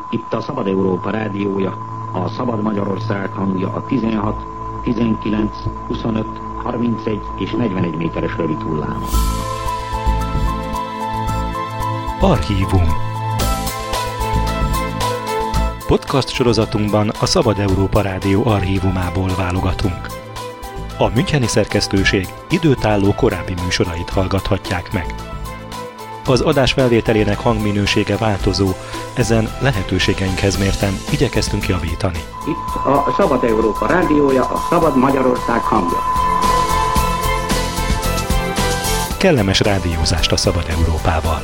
Itt a Szabad Európa rádiója, a Szabad Magyarország hangja a 16, 19, 25, 31 és 41 méteres rövid hullám. Archívum. Podcast sorozatunkban a Szabad Európa Rádió archívumából válogatunk. A müncheni szerkesztőség időtálló korábbi műsorait hallgathatják meg. Az adás felvételének hangminősége változó, ezen lehetőségeinkhez mérten igyekeztünk javítani. Itt a Szabad Európa rádiója, a Szabad Magyarország hangja. Kellemes rádiózást a Szabad Európával!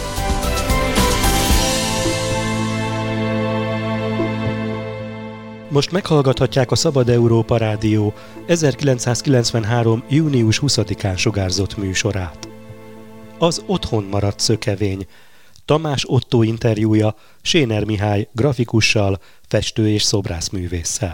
Most meghallgathatják a Szabad Európa Rádió 1993. június 20-án sugárzott műsorát. Az Otthon maradt szökevény, Tamás Ottó interjúja Séner Mihály grafikussal, festő- és szobrászművésszel.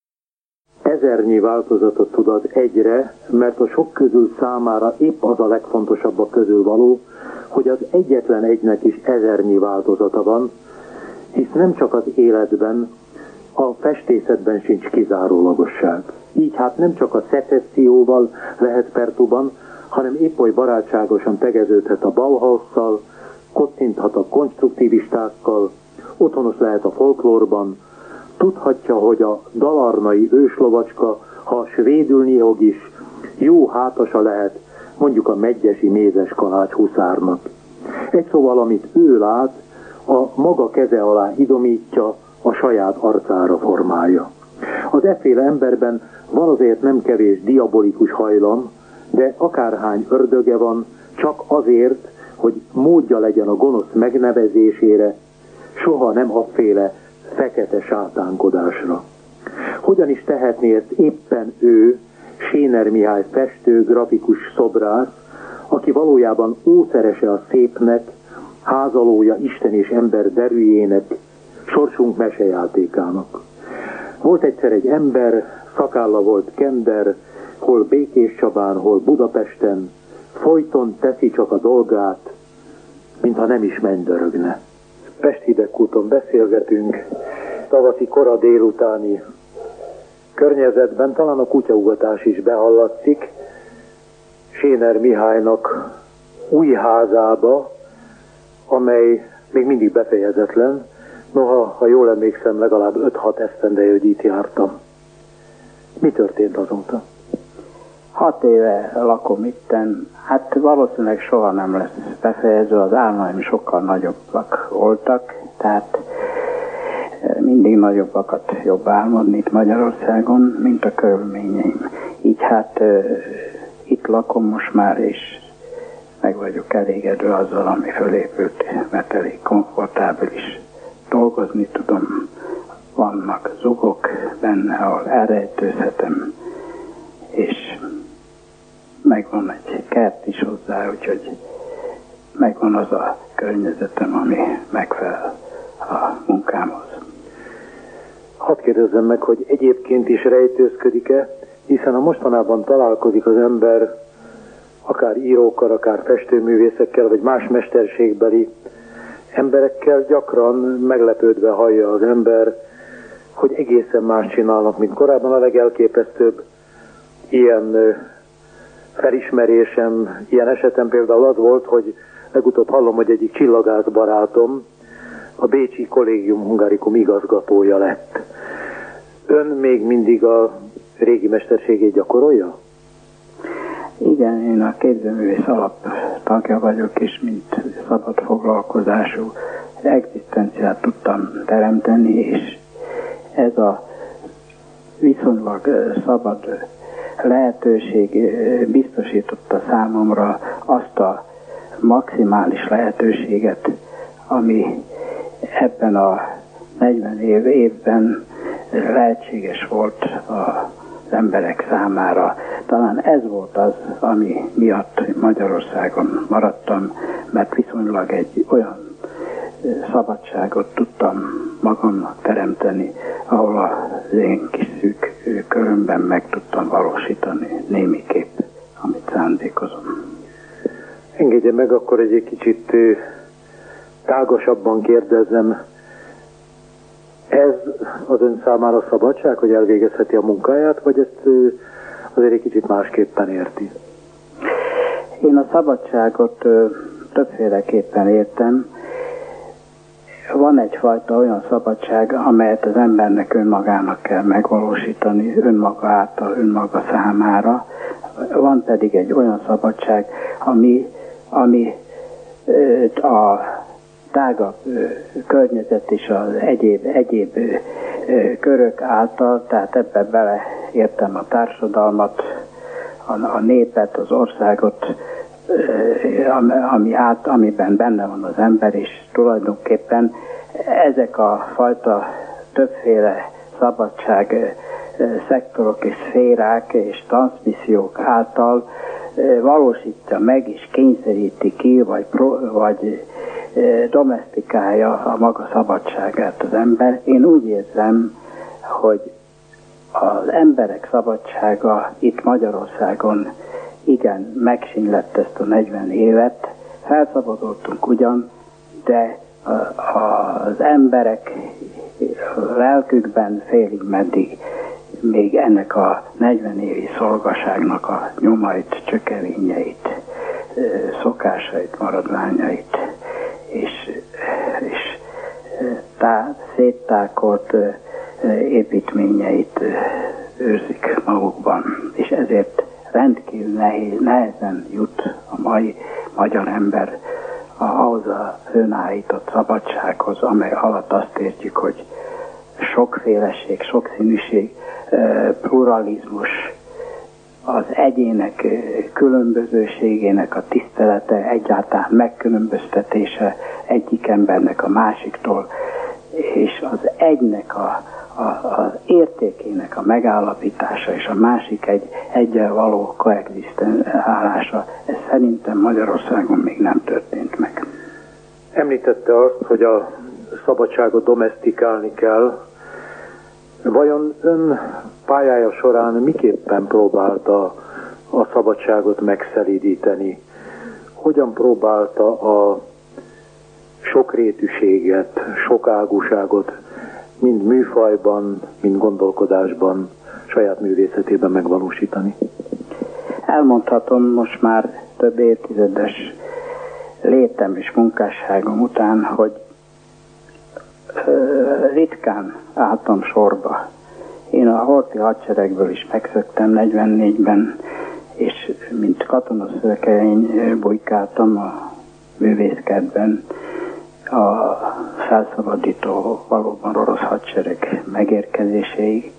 Ezernyi változatot tud az egyre, mert a sok közül számára épp az a legfontosabb a közül való, hogy az egyetlen egynek is ezernyi változata van, hisz nem csak az életben, a festészetben sincs kizárólagosság. Így hát nem csak a szecesszióval lehet pertuban, hanem épp oly barátságosan tegeződhet a Bauhausszal, kocinthat a konstruktivistákkal, otthonos lehet a folklórban, tudhatja, hogy a dalarnai őslovacska, ha svédül nyihog is, jó hátasa lehet mondjuk a megyesi mézes kalács huszárnak. Egy szóval, amit ő lát, a maga keze alá idomítja, a saját arcára formálja. Az efféle emberben van azért nem kevés diabolikus hajlam, de akárhány ördöge van, csak azért, hogy módja legyen a gonosz megnevezésére, soha nem afféle fekete sátánkodásra. Hogyan is tehetné ezt éppen ő, Séner Mihály festő, grafikus, szobrász, aki valójában ószerese a szépnek, házalója Isten és ember derűjének, sorsunk mesejátékának. Volt egyszer egy ember, szakálla volt kender, hol Békéscsabán, hol Budapesten, folyton teszi csak a dolgát, mintha nem is mennydörögne. Pest-Hidegkúton beszélgetünk, tavaszi kora délutáni környezetben, talán a kutyaugatás is behallatszik, Séner Mihálynak új házába, amely még mindig befejezetlen. Noha, ha jól emlékszem, legalább 5-6 esztendeje, hogy itt jártam. Mi történt azóta? 6 éve lakom itten. Hát valószínűleg soha nem lesz befejező, az álmaim sokkal nagyobbak voltak, tehát mindig nagyobbakat jobb álmodni itt Magyarországon, mint a körülményeim. Így hát itt lakom most már, és meg vagyok elégedve azzal, ami fölépült, mert elég komfortábilis. Dolgozni tudom, vannak zugok benne, ahol elrejtőzhetem, és megvan egy kert is hozzá, úgyhogy megvan az a környezetem, ami megfelel a munkámhoz. Hadd kérdezzem meg, hogy egyébként is rejtőzködik-e, hiszen ha mostanában találkozik az ember akár írókkal, akár festőművészekkel, vagy más mesterségbeli emberekkel, gyakran meglepődve hallja az ember, hogy egészen más csinálnak, mint korábban. A legelképesztőbb ilyen felismerésem, ilyen esetem például az volt, hogy legutóbb hallom, hogy egyik csillagász barátom a Bécsi Collegium Hungarikum igazgatója lett. Ön még mindig a régi mesterségét gyakorolja? Igen, én a képzőművész alap tagja vagyok, és mint szabad foglalkozású egzisztenciát tudtam teremteni, és ez a viszonylag szabad lehetőség biztosította számomra azt a maximális lehetőséget, ami ebben a 40 évben lehetséges volt az emberek számára. Talán ez volt az, ami miatt Magyarországon maradtam, mert viszonylag egy olyan szabadságot tudtam magamnak teremteni, ahol az én kis szűk körömben meg tudtam valósítani némiképp, amit szándékozom. Engedje meg akkor egy kicsit tágasabban kérdezzem. Ez az ön számára szabadság, hogy elvégezheti a munkáját, vagy ezt azért egy kicsit másképpen érti? Én a szabadságot többféleképpen értem. Van egyfajta olyan szabadság, amelyet az embernek önmagának kell megvalósítani, önmaga által, önmaga számára. Van pedig egy olyan szabadság, ami a tágabb környezet és az egyéb körök által, tehát ebbe beleértem a társadalmat, a népet, az országot, amiben benne van az ember, és tulajdonképpen ezek a fajta többféle szabadság szektorok és szférák és transzmissziók által valósítja meg és kényszeríti ki, vagy domesztikálja a maga szabadságát az ember. Én úgy érzem, hogy az emberek szabadsága itt Magyarországon igen megsínylett ezt a 40 évet. Felszabadultunk ugyan, de az emberek lelkükben félig meddig még ennek a 40 évi szolgaságnak a nyomait, csökevényeit, szokásait, maradványait és széttákolt építményeit őrzik magukban. És ezért rendkívül nehezen jut a mai magyar ember ahhoz a fönnállított szabadsághoz, amely alatt azt értjük, hogy sokféleség, sokszínűség, pluralizmus, az egyének különbözőségének a tisztelete, egyáltalán megkülönböztetése egyik embernek a másiktól, és az egynek az értékének a megállapítása és a másik egyel való koexisztálása, ez szerintem Magyarországon még nem történt meg. Említette azt, hogy a szabadságot domesztikálni kell. Vajon ön pályája során miképpen próbálta a szabadságot megszelídíteni? Hogyan próbálta a sokrétűséget, sokágúságot mind műfajban, mind gondolkodásban, saját művészetében megvalósítani? Elmondhatom most már több évtizedes létem és munkásságom után, hogy ritkán álltam sorba. Én a horthy hadseregből is megszöktem 44-ben, és mint katonaszökevény bujkáltam a művészkertben a felszabadító, valóban orosz hadsereg megérkezéséig.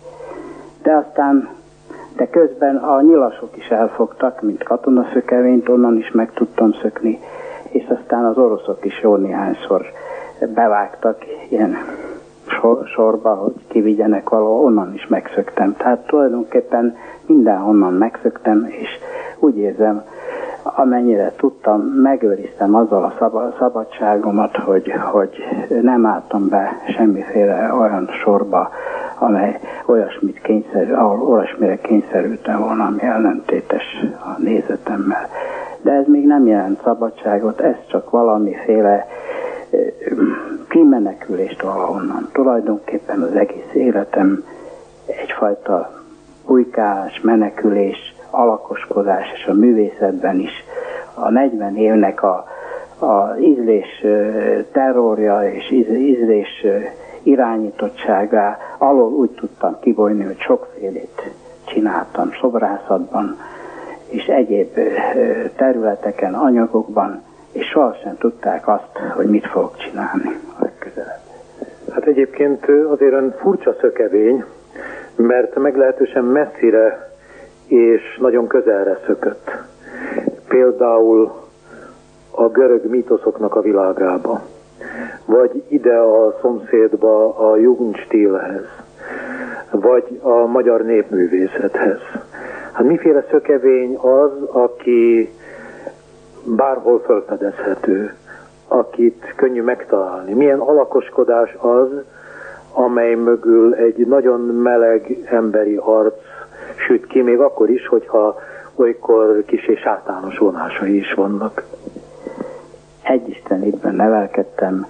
De közben a nyilasok is elfogtak, mint katonaszökevényt, onnan is meg tudtam szökni, és aztán az oroszok is jó néhányszor bevágtak ilyen sorba, hogy kivigyenek valahol, onnan is megszöktem. Tehát tulajdonképpen mindenhonnan megszöktem, és úgy érzem, amennyire tudtam, megőriztem azzal a szabadságomat, hogy nem álltam be semmiféle olyan sorba, amely ahol olyasmire kényszerültem volna, ami ellentétes a nézetemmel. De ez még nem jelent szabadságot, ez csak valamiféle kimenekülést valahonnan. Tulajdonképpen az egész életem egyfajta bujkálás, menekülés, alakoskodás, és a művészetben is a 40 évnek az ízlés terrorja és ízlés irányítottságá alól úgy tudtam kibolyni, hogy sokfélét csináltam szobrászatban és egyéb területeken, anyagokban, és sohasem tudták azt, hogy mit fogok csinálni legközelebb. Hát egyébként azért ön furcsa szökevény, mert meglehetősen messzire és nagyon közelre szökött. Például a görög mítoszoknak a világába, vagy ide a szomszédba a Jugendstilhez, vagy a magyar népművészethez. Hát miféle szökevény az, aki bárhol felfedezhető, akit könnyű megtalálni? Milyen alakoskodás az, amely mögül egy nagyon meleg emberi arc süt ki, még akkor is, hogyha olykor kissé sátános vonásai is vannak? Egy istenítben nevelkedtem,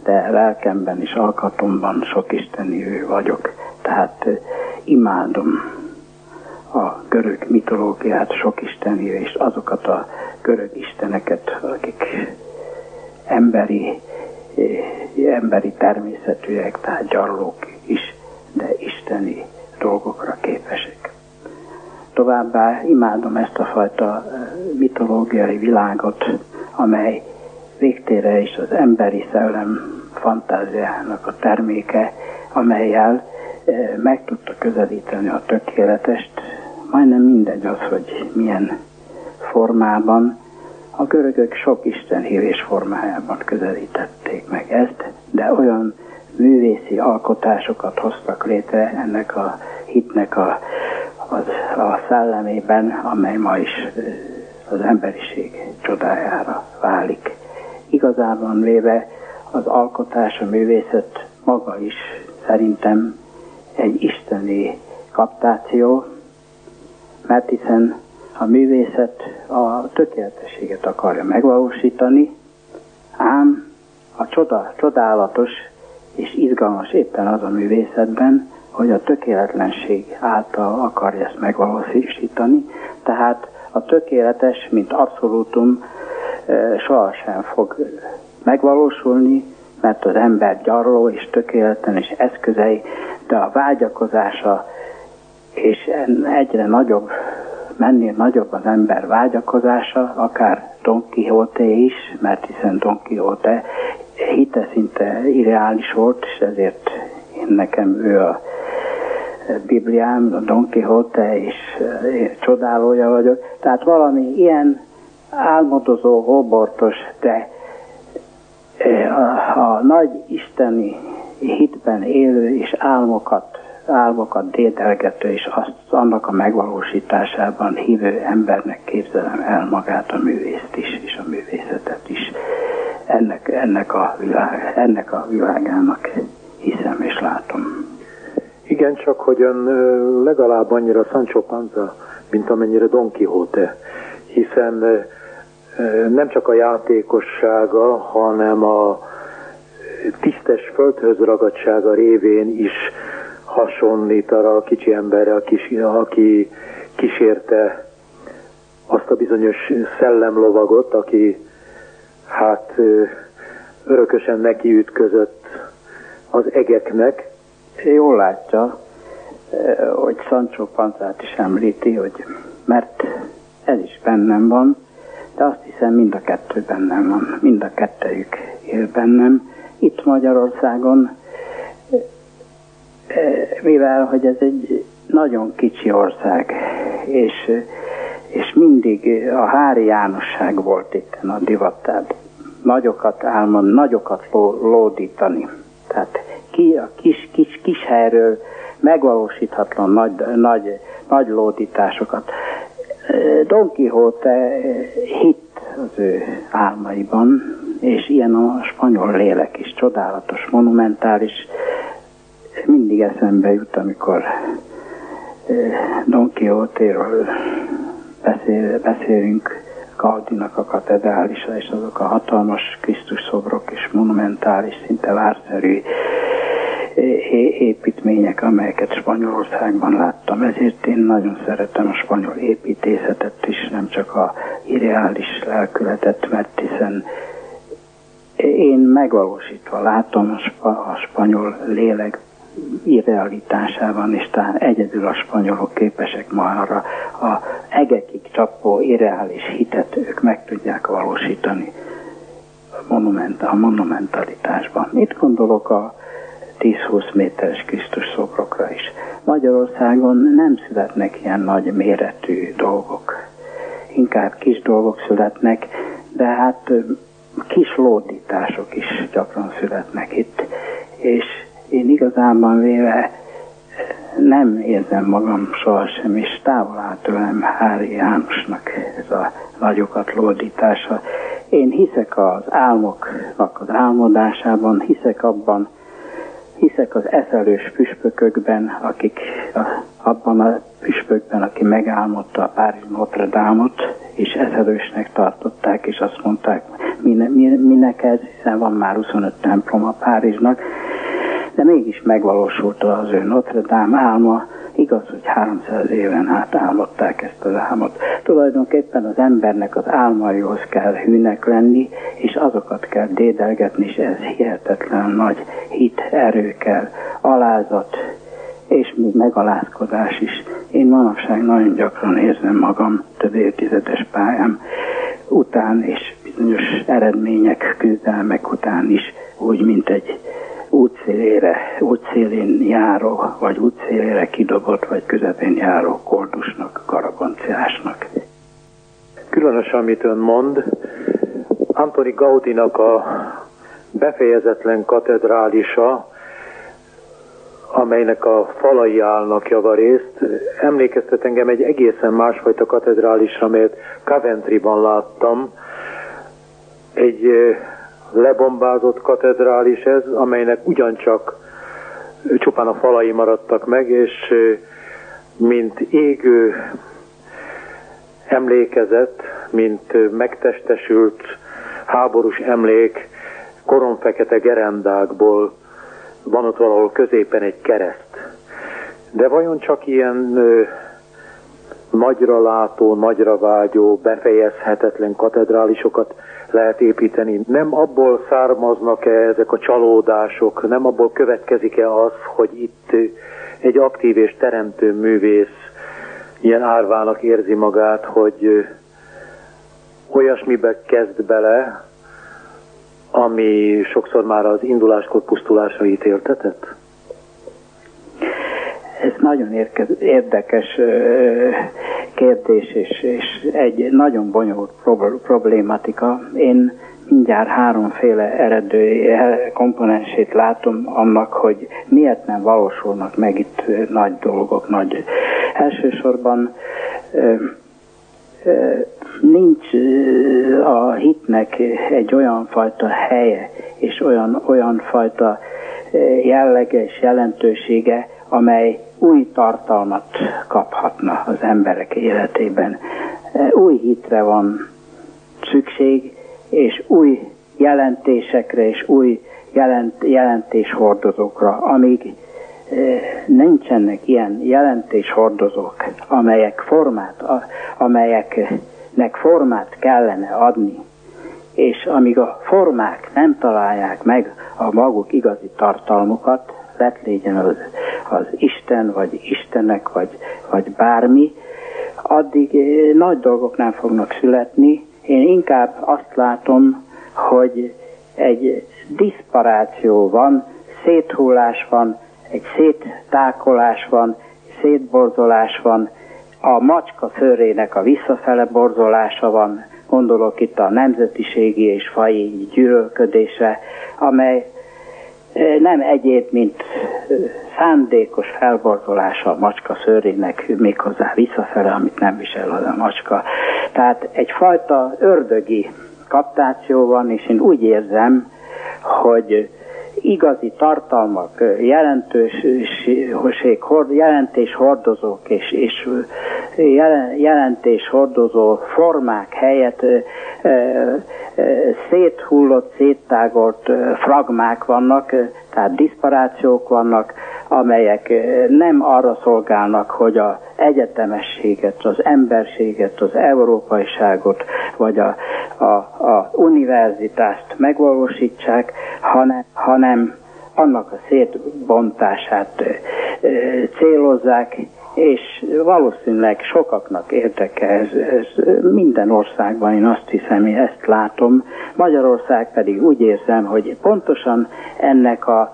de lelkemben és alkatomban sokistennívő vagyok. Tehát imádom a görög mitológiát, sokistennívő, és azokat a görög isteneket, akik emberi természetűek, tehát gyarlók is, de isteni dolgokra képesek. Továbbá imádom ezt a fajta mitológiai világot, amely végtére is az emberi szellem fantáziának a terméke, amellyel meg tudta közelíteni a tökéletest. Majdnem mindegy az, hogy milyen formában. A görögök sok istenhívés formájában közelítették meg ezt, de olyan művészi alkotásokat hoztak létre ennek a hitnek a szellemében, amely ma is az emberiség csodájára válik. Igazában véve az alkotás, a művészet maga is szerintem egy isteni kaptáció, mert hiszen a művészet a tökéletességet akarja megvalósítani, ám a csodálatos és izgalmas éppen az a művészetben, hogy a tökéletlenség által akarja ezt megvalósítani, tehát a tökéletes, mint abszolútum sohasem fog megvalósulni, mert az ember gyarló és tökéletlen és eszközei, de a vágyakozása és egyre nagyobb, mennél nagyobb az ember vágyakozása, akár Don Quixote is, mert hiszen Don Quixote hite szinte irreális volt, és ezért nekem ő a Bibliám, a Don Quixote, és csodálója vagyok. Tehát valami ilyen álmodozó, hóbortos, de a nagy isteni hitben élő és álmokat dédelgető, és annak a megvalósításában hívő embernek képzelem el magát, a művészt is, és a művészetet is. Ennek a világának hiszem és látom. Igen, csak hogy ön legalább annyira Sancho Panza, mint amennyire Don Quixote, hiszen nem csak a játékossága, hanem a tisztes földhöz ragadtsága révén is hasonlít arra a kicsi emberre, aki kísérte azt a bizonyos szellemlovagot, aki hát örökösen nekiütközött az egeknek. Jól látja, hogy Sancho Panzát is említi, hogy mert ez is bennem van, de azt hiszem mind a kettő bennem van, mind a kettejük él bennem. Itt Magyarországon, mivel hogy ez egy nagyon kicsi ország, és mindig a Hári Jánosság volt itt a divattában. Nagyokat álmodni, nagyokat lódítani. Tehát a kis helyről megvalósíthatlan nagy lódításokat. Don Quixote hitt az ő álmaiban, és ilyen a spanyol lélek is, csodálatos, monumentális. Mindig eszembe jut, amikor Don Quixote-ről beszélünk, Gaudinak a katedrálisa, és azok a hatalmas Krisztus szobrok és monumentális, szinte várszerű építmények, amelyeket Spanyolországban láttam. Ezért én nagyon szeretem a spanyol építészetet is, nem csak a irreális lelkületet, mert hiszen én megvalósítva látom a spanyol lélek irrealitásában, és talán egyedül a spanyolok képesek ma arra a egekig csapó irreális hitet ők meg tudják valósítani a monumentalitásban. Itt gondolok a 10-20 méteres Krisztus szobrokra is. Magyarországon nem születnek ilyen nagy méretű dolgok. Inkább kis dolgok születnek, de hát kis lódítások is gyakran születnek itt. És én igazánban véve nem érzem magam sohasem, és távol áll tőlem Hári Jánosnak ez a nagyokat lódítása. Én hiszek az álmoknak az álmodásában, hiszek abban, hiszek az eszelős püspökökben, akik abban a püspökben, aki megálmodta a Párizs Notre Dame-ot, és eszelősnek tartották, és azt mondták, minek ez, hiszen van már 25 templom a Párizsnak, de mégis megvalósult az ő Notre Dame álma. Igaz, hogy 300 éven át álmodták ezt az álmot. Tulajdonképpen az embernek az álmaihoz kell hűnek lenni, és azokat kell dédelgetni, és ez hihetetlen nagy hit, erő kell, alázat, és még megalázkodás is. Én manapság nagyon gyakran érzem magam több évtizedes pályám után, és bizonyos eredmények, küzdelmek után is, úgy, mint egy útszélén járó, vagy útszélére kidobott, vagy közepén járó koldusnak, karabanciásnak. Különös, amit ön mond, Antoni Gaudinak a befejezetlen katedrálisa, amelynek a falai állnak javarészt, emlékeztet engem egy egészen másfajta katedrálisra, amelyet Coventryban láttam. Egy lebombázott katedrális ez, amelynek ugyancsak csupán a falai maradtak meg, és mint égő emlékezet, mint megtestesült háborús emlék, koronfekete gerendákból van ott valahol középen egy kereszt. De vajon csak ilyen nagyra látó, nagyra vágyó, befejezhetetlen katedrálisokat lehet építeni? Nem abból származnak-e ezek a csalódások, nem abból következik-e az, hogy itt egy aktív és teremtő művész ilyen árvának érzi magát, hogy olyasmibe kezd bele, ami sokszor már az induláskor pusztulásra ítéltetett? Ez nagyon érdekes kérdés, és egy nagyon bonyolult problématika. Én mindjárt háromféle eredő komponensét látom annak, hogy miért nem valósulnak meg itt nagy dolgok. Elsősorban nincs a hitnek egy olyan fajta helye, és olyan fajta jellege és jelentősége, amely új tartalmat kaphatna az emberek életében. Új hitre van szükség, és új jelentésekre, és új jelentéshordozókra, amíg nincsenek ilyen jelentéshordozók, amelyeknek formát kellene adni, és amíg a formák nem találják meg a maguk igazi tartalmukat, lett légyen az Isten, vagy Istenek, vagy bármi, addig nagy dolgok nem fognak születni. Én inkább azt látom, hogy egy diszparáció van, széthullás van, egy széttákolás van, szétborzolás van, a macska szőrének a visszafele borzolása van, gondolok itt a nemzetiségi és faji gyűlölködésre, amely nem egyéb, mint szándékos felborzolása a macska szőrének, méghozzá visszafele, amit nem visel az a macska. Tehát egyfajta ördögi kaptáció van, és én úgy érzem, hogy igazi tartalmak, jelentéshordozók és jelentéshordozó formák helyett széthullott, széttágolt fragmák vannak, tehát diszparációk vannak, amelyek nem arra szolgálnak, hogy az egyetemességet, az emberséget, az európaiságot, vagy a univerzitást megvalósítsák, hanem annak a szétbontását célozzák, és valószínűleg sokaknak érdeke ez minden országban, én azt hiszem, én ezt látom. Magyarország pedig úgy érzem, hogy pontosan ennek a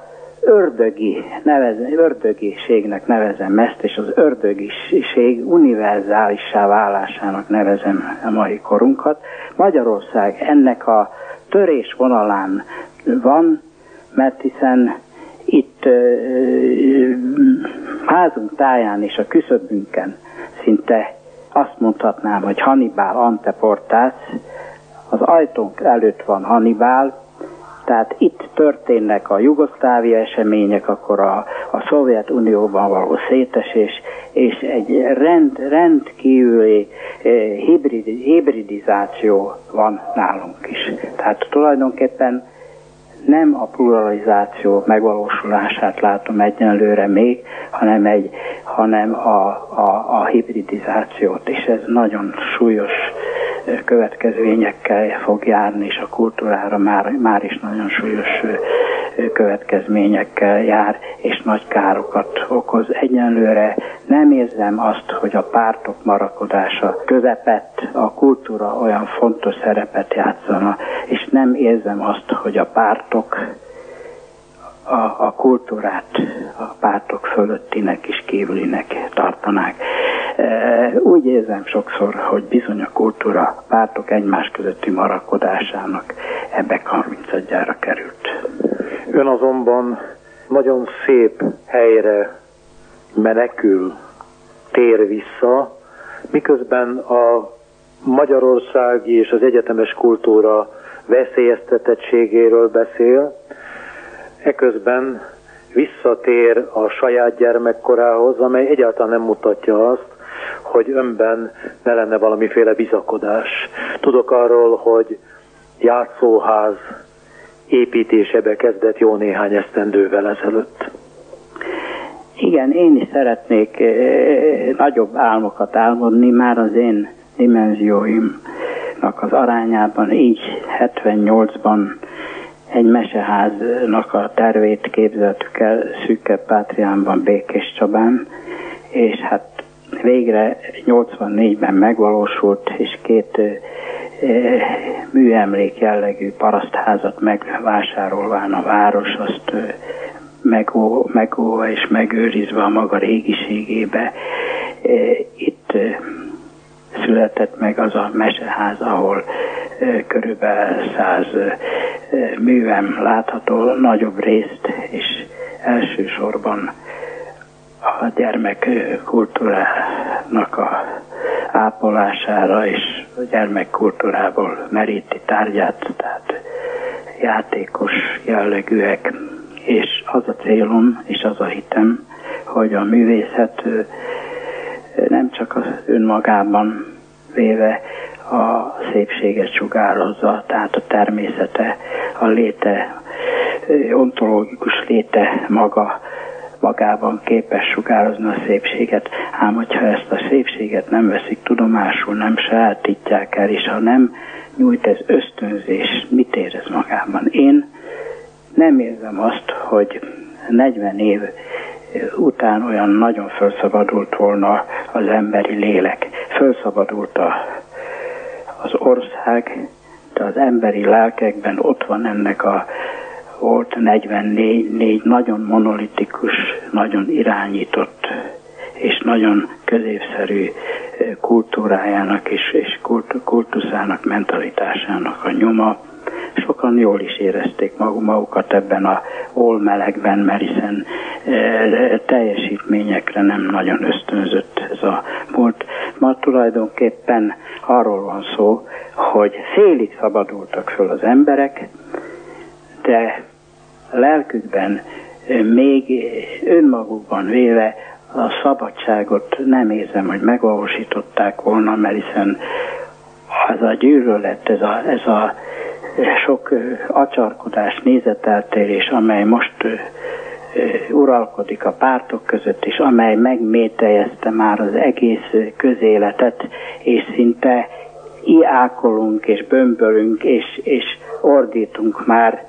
ördögiségnek nevezem ezt, és az ördögiség univerzálissá válásának nevezem a mai korunkat. Magyarország ennek a törésvonalán van, mert hiszen itt házunk táján és a küszöbünkön szinte azt mondhatnám, hogy Hannibal anteportász, az ajtónk előtt van Hannibal, Tehát itt történnek a Jugoszlávia események, akkor a Szovjetunióban való szétesés, és egy rendkívüli hibridizáció van nálunk is. Tehát tulajdonképpen nem a pluralizáció megvalósulását látom egyenlőre még, hanem a hibridizációt, és ez nagyon súlyos következményekkel fog járni, és a kultúrára már is nagyon súlyos következményekkel jár, és nagy károkat okoz. Egyenlőre nem érzem azt, hogy a pártok marakodása közepett a kultúra olyan fontos szerepet játszana, és nem érzem azt, hogy a pártok a kultúrát a pártok fölöttinek és kívülinek tartanák. Úgy érzem sokszor, hogy bizony a kultúra pártok egymás közötti marakodásának ebbe 31-jára került. Ön azonban nagyon szép helyre menekül, tér vissza, miközben a magyarországi és az egyetemes kultúra veszélyeztetettségéről beszél, eközben visszatér a saját gyermekkorához, amely egyáltalán nem mutatja azt, hogy önben ne lenne valamiféle bizakodás. Tudok arról, hogy játszóház építésébe kezdett jó néhány esztendővel ezelőtt. Igen, én is szeretnék nagyobb álmokat álmodni, már az én dimenzióimnak az arányában, így 78-ban egy meseháznak a tervét képzeltük el Szűkebb-Pátriánban, Békéscsabán, és hát végre 84-ben megvalósult, és 2 műemlék jellegű parasztházat megvásárolván a város, azt megóva és megőrizve a maga régiségébe. Itt született meg az a meseház, ahol körülbelül 100 művem látható, nagyobb részt, és elsősorban a gyermekkultúrának a ápolására és a gyermekkultúrából meríti tárgyát, tehát játékos jellegűek, és az a célom és az a hitem, hogy a művészet nem csak az önmagában véve a szépséget sugározza, tehát a természete, a léte, ontológikus léte magában képes sugározni a szépséget, ám hogyha ezt a szépséget nem veszik tudomásul, nem sajátítják el, és ha nem nyújt ez ösztönzés, mit érez magában? Én nem érzem azt, hogy 40 év után olyan nagyon felszabadult volna az emberi lélek. Felszabadult az ország, de az emberi lelkekben ott van ennek volt 44 nagyon monolitikus, nagyon irányított és nagyon középszerű kultúrájának és kultuszának, mentalitásának a nyoma. Sokan jól is érezték magukat ebben a olmelegben, mert hiszen teljesítményekre nem nagyon ösztönzött ez a múlt. Ma tulajdonképpen arról van szó, hogy félig szabadultak föl az emberek, de lelkükben még önmagukban véve a szabadságot nem érzem, hogy megvalósították volna, mert hiszen az a gyűlölet, ez a sok acsarkodás, nézeteltérés, amely most uralkodik a pártok között, és amely megmételjezte már az egész közéletet, és szinte iákolunk, és bömbölünk, és ordítunk már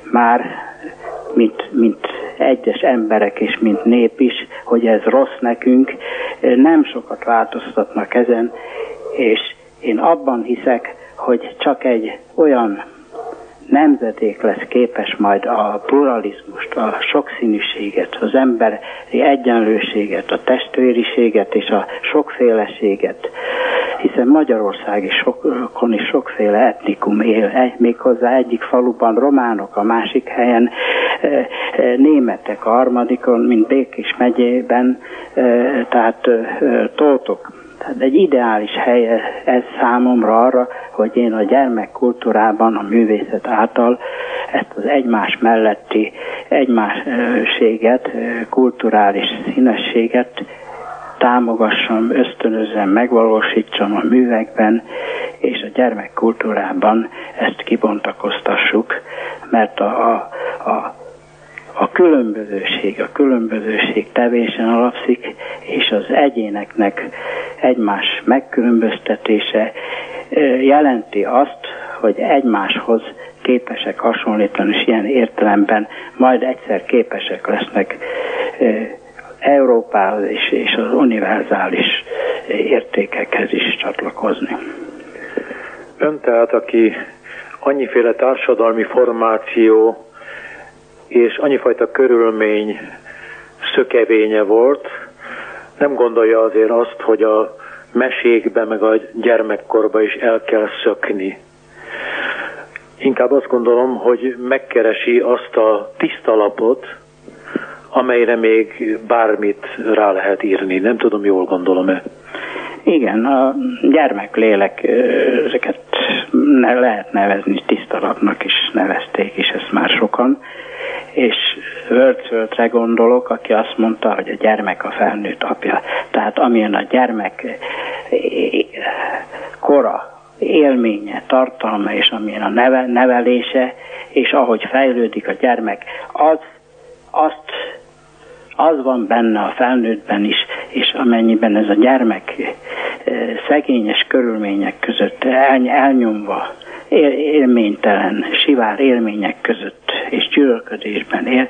mint egyes emberek és mint nép is, hogy ez rossz nekünk, nem sokat változtatnak ezen, és én abban hiszek, hogy csak egy olyan nemzedék lesz képes majd a pluralizmust, a sokszínűséget, az emberi egyenlőséget, a testvériséget és a sokféleséget, hiszen Magyarország is sokféle etnikum él, méghozzá egyik faluban románok, a másik helyen németek, a harmadikon, mint Békés megyében, tehát tótok. Tehát egy ideális hely ez számomra arra, hogy én a gyermekkultúrában, a művészet által ezt az egymás melletti egymásséget, kulturális színességet támogassam, ösztönözzem, megvalósítsam a művekben, és a gyermekkultúrában ezt kibontakoztassuk, mert a különbözőség tevésen alapszik, és az egyéneknek egymás megkülönböztetése jelenti azt, hogy egymáshoz képesek hasonlítani, és ilyen értelemben majd egyszer képesek lesznek Európához és az univerzális értékekhez is csatlakozni. Ön tehát, aki annyiféle társadalmi formáció és annyifajta körülmény szökevénye volt, nem gondolja azért azt, hogy a mesékbe meg a gyermekkorba is el kell szökni. Inkább azt gondolom, hogy megkeresi azt a tiszta lapot, amelyre még bármit rá lehet írni. Nem tudom, jól gondolom-e? Igen, a gyermeklélek, ezeket lehet nevezni, tiszta lapnak is nevezték, és ezt már sokan. És Wordsworthre gondolok, aki azt mondta, hogy a gyermek a felnőtt apja. Tehát amilyen a gyermek kora, élménye, tartalma, és amilyen a nevelése, és ahogy fejlődik a gyermek, az van benne a felnőttben is, és amennyiben ez a gyermek szegényes körülmények között elnyomva, élménytelen, sivár élmények között és gyűlölködésben él,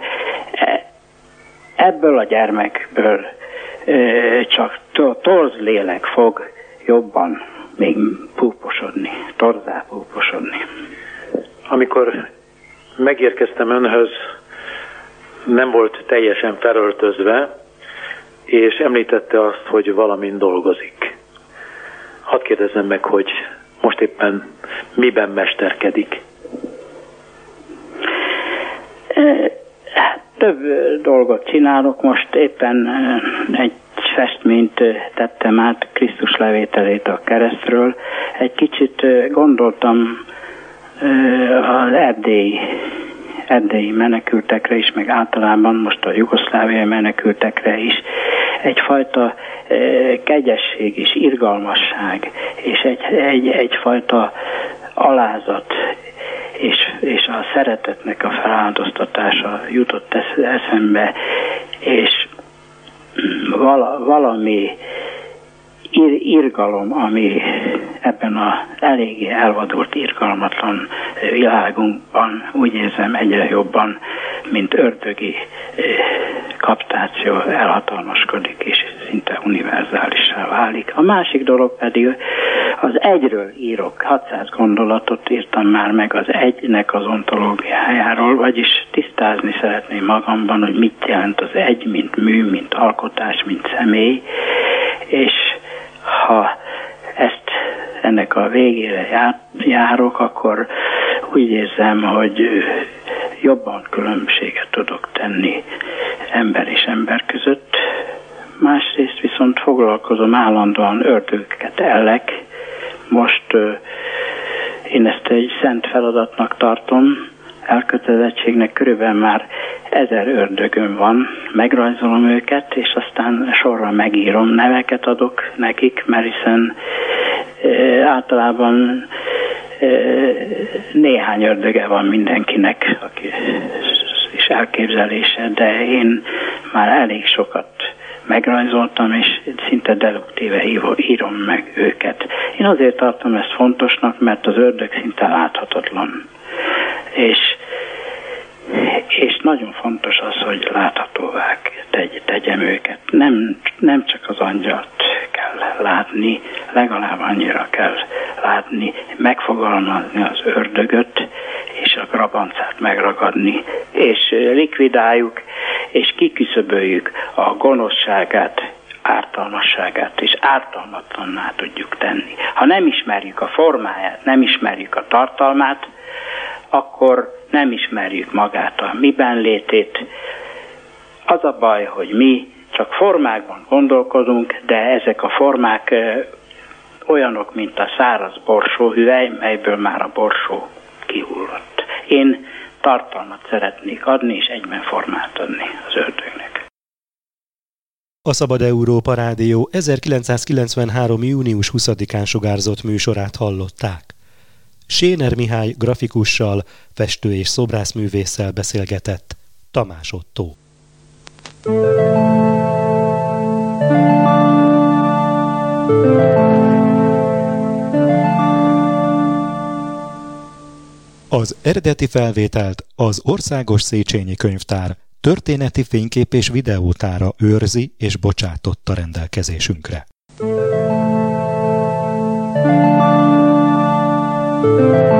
ebből a gyermekből csak torz lélek fog jobban még púposodni, torzá púposodni. Amikor megérkeztem önhöz, nem volt teljesen felöltözve, és említette azt, hogy valamin dolgozik. Hadd kérdezzem meg, hogy most éppen miben mesterkedik? Több dolgot csinálok. Most éppen egy festményt tettem át, Krisztus levételét a keresztről. Egy kicsit gondoltam az erdélyi menekültekre is, meg általában most a jugoszláviai menekültekre is. Egyfajta kegyesség és irgalmasság, és egyfajta alázat, és a szeretetnek a feláldoztatása jutott eszembe, és valami irgalom, ami ebben az eléggé elvadult, irgalmatlan világunkban úgy érzem egyre jobban, mint ördögi kaptáció elhatalmaskodik, és szinte univerzálissá válik. A másik dolog pedig az egyről írok. 600 gondolatot írtam már meg az egynek az ontológiájáról, vagyis tisztázni szeretném magamban, hogy mit jelent az egy, mint mű, mint alkotás, mint személy, és ha ennek a végére járok, akkor úgy érzem, hogy jobban különbséget tudok tenni ember és ember között. Másrészt viszont foglalkozom állandóan ördögöket ellek. Most én ezt egy szent feladatnak tartom, elkötelezettségnek, körülbelül már 1000 ördögöm van, megrajzolom őket, és aztán sorra megírom, neveket adok nekik, mert hiszen általában néhány ördöge van mindenkinek, aki is elképzelése, de én már elég sokat megrajzoltam, és szinte deduktíve írom meg őket. Én azért tartom ezt fontosnak, mert az ördög szinte láthatatlan. És nagyon fontos az, hogy láthatóvá tegyem őket. Nem csak az angyalt kell látni, legalább annyira kell látni, megfogalmazni az ördögöt, és a grabancát megragadni, és likvidáljuk, és kiküszöböljük a gonoszságát, ártalmasságát, és ártalmatlanná tudjuk tenni. Ha nem ismerjük a formáját, nem ismerjük a tartalmát, akkor nem ismerjük magát a miben létét. Az a baj, hogy mi csak formákban gondolkodunk, de ezek a formák olyanok, mint a száraz borsóhüvely, melyből már a borsó kihullott. Én tartalmat szeretnék adni, és egyben formát adni az ördögnek. A Szabad Európa Rádió 1993. június 20-án sugárzott műsorát hallották. Séner Mihály grafikussal, festő- és szobrászművésszel beszélgetett Tamás Ottó. Az eredeti felvételt az Országos Széchenyi Könyvtár történeti fénykép- és videótára őrzi és bocsátotta rendelkezésünkre.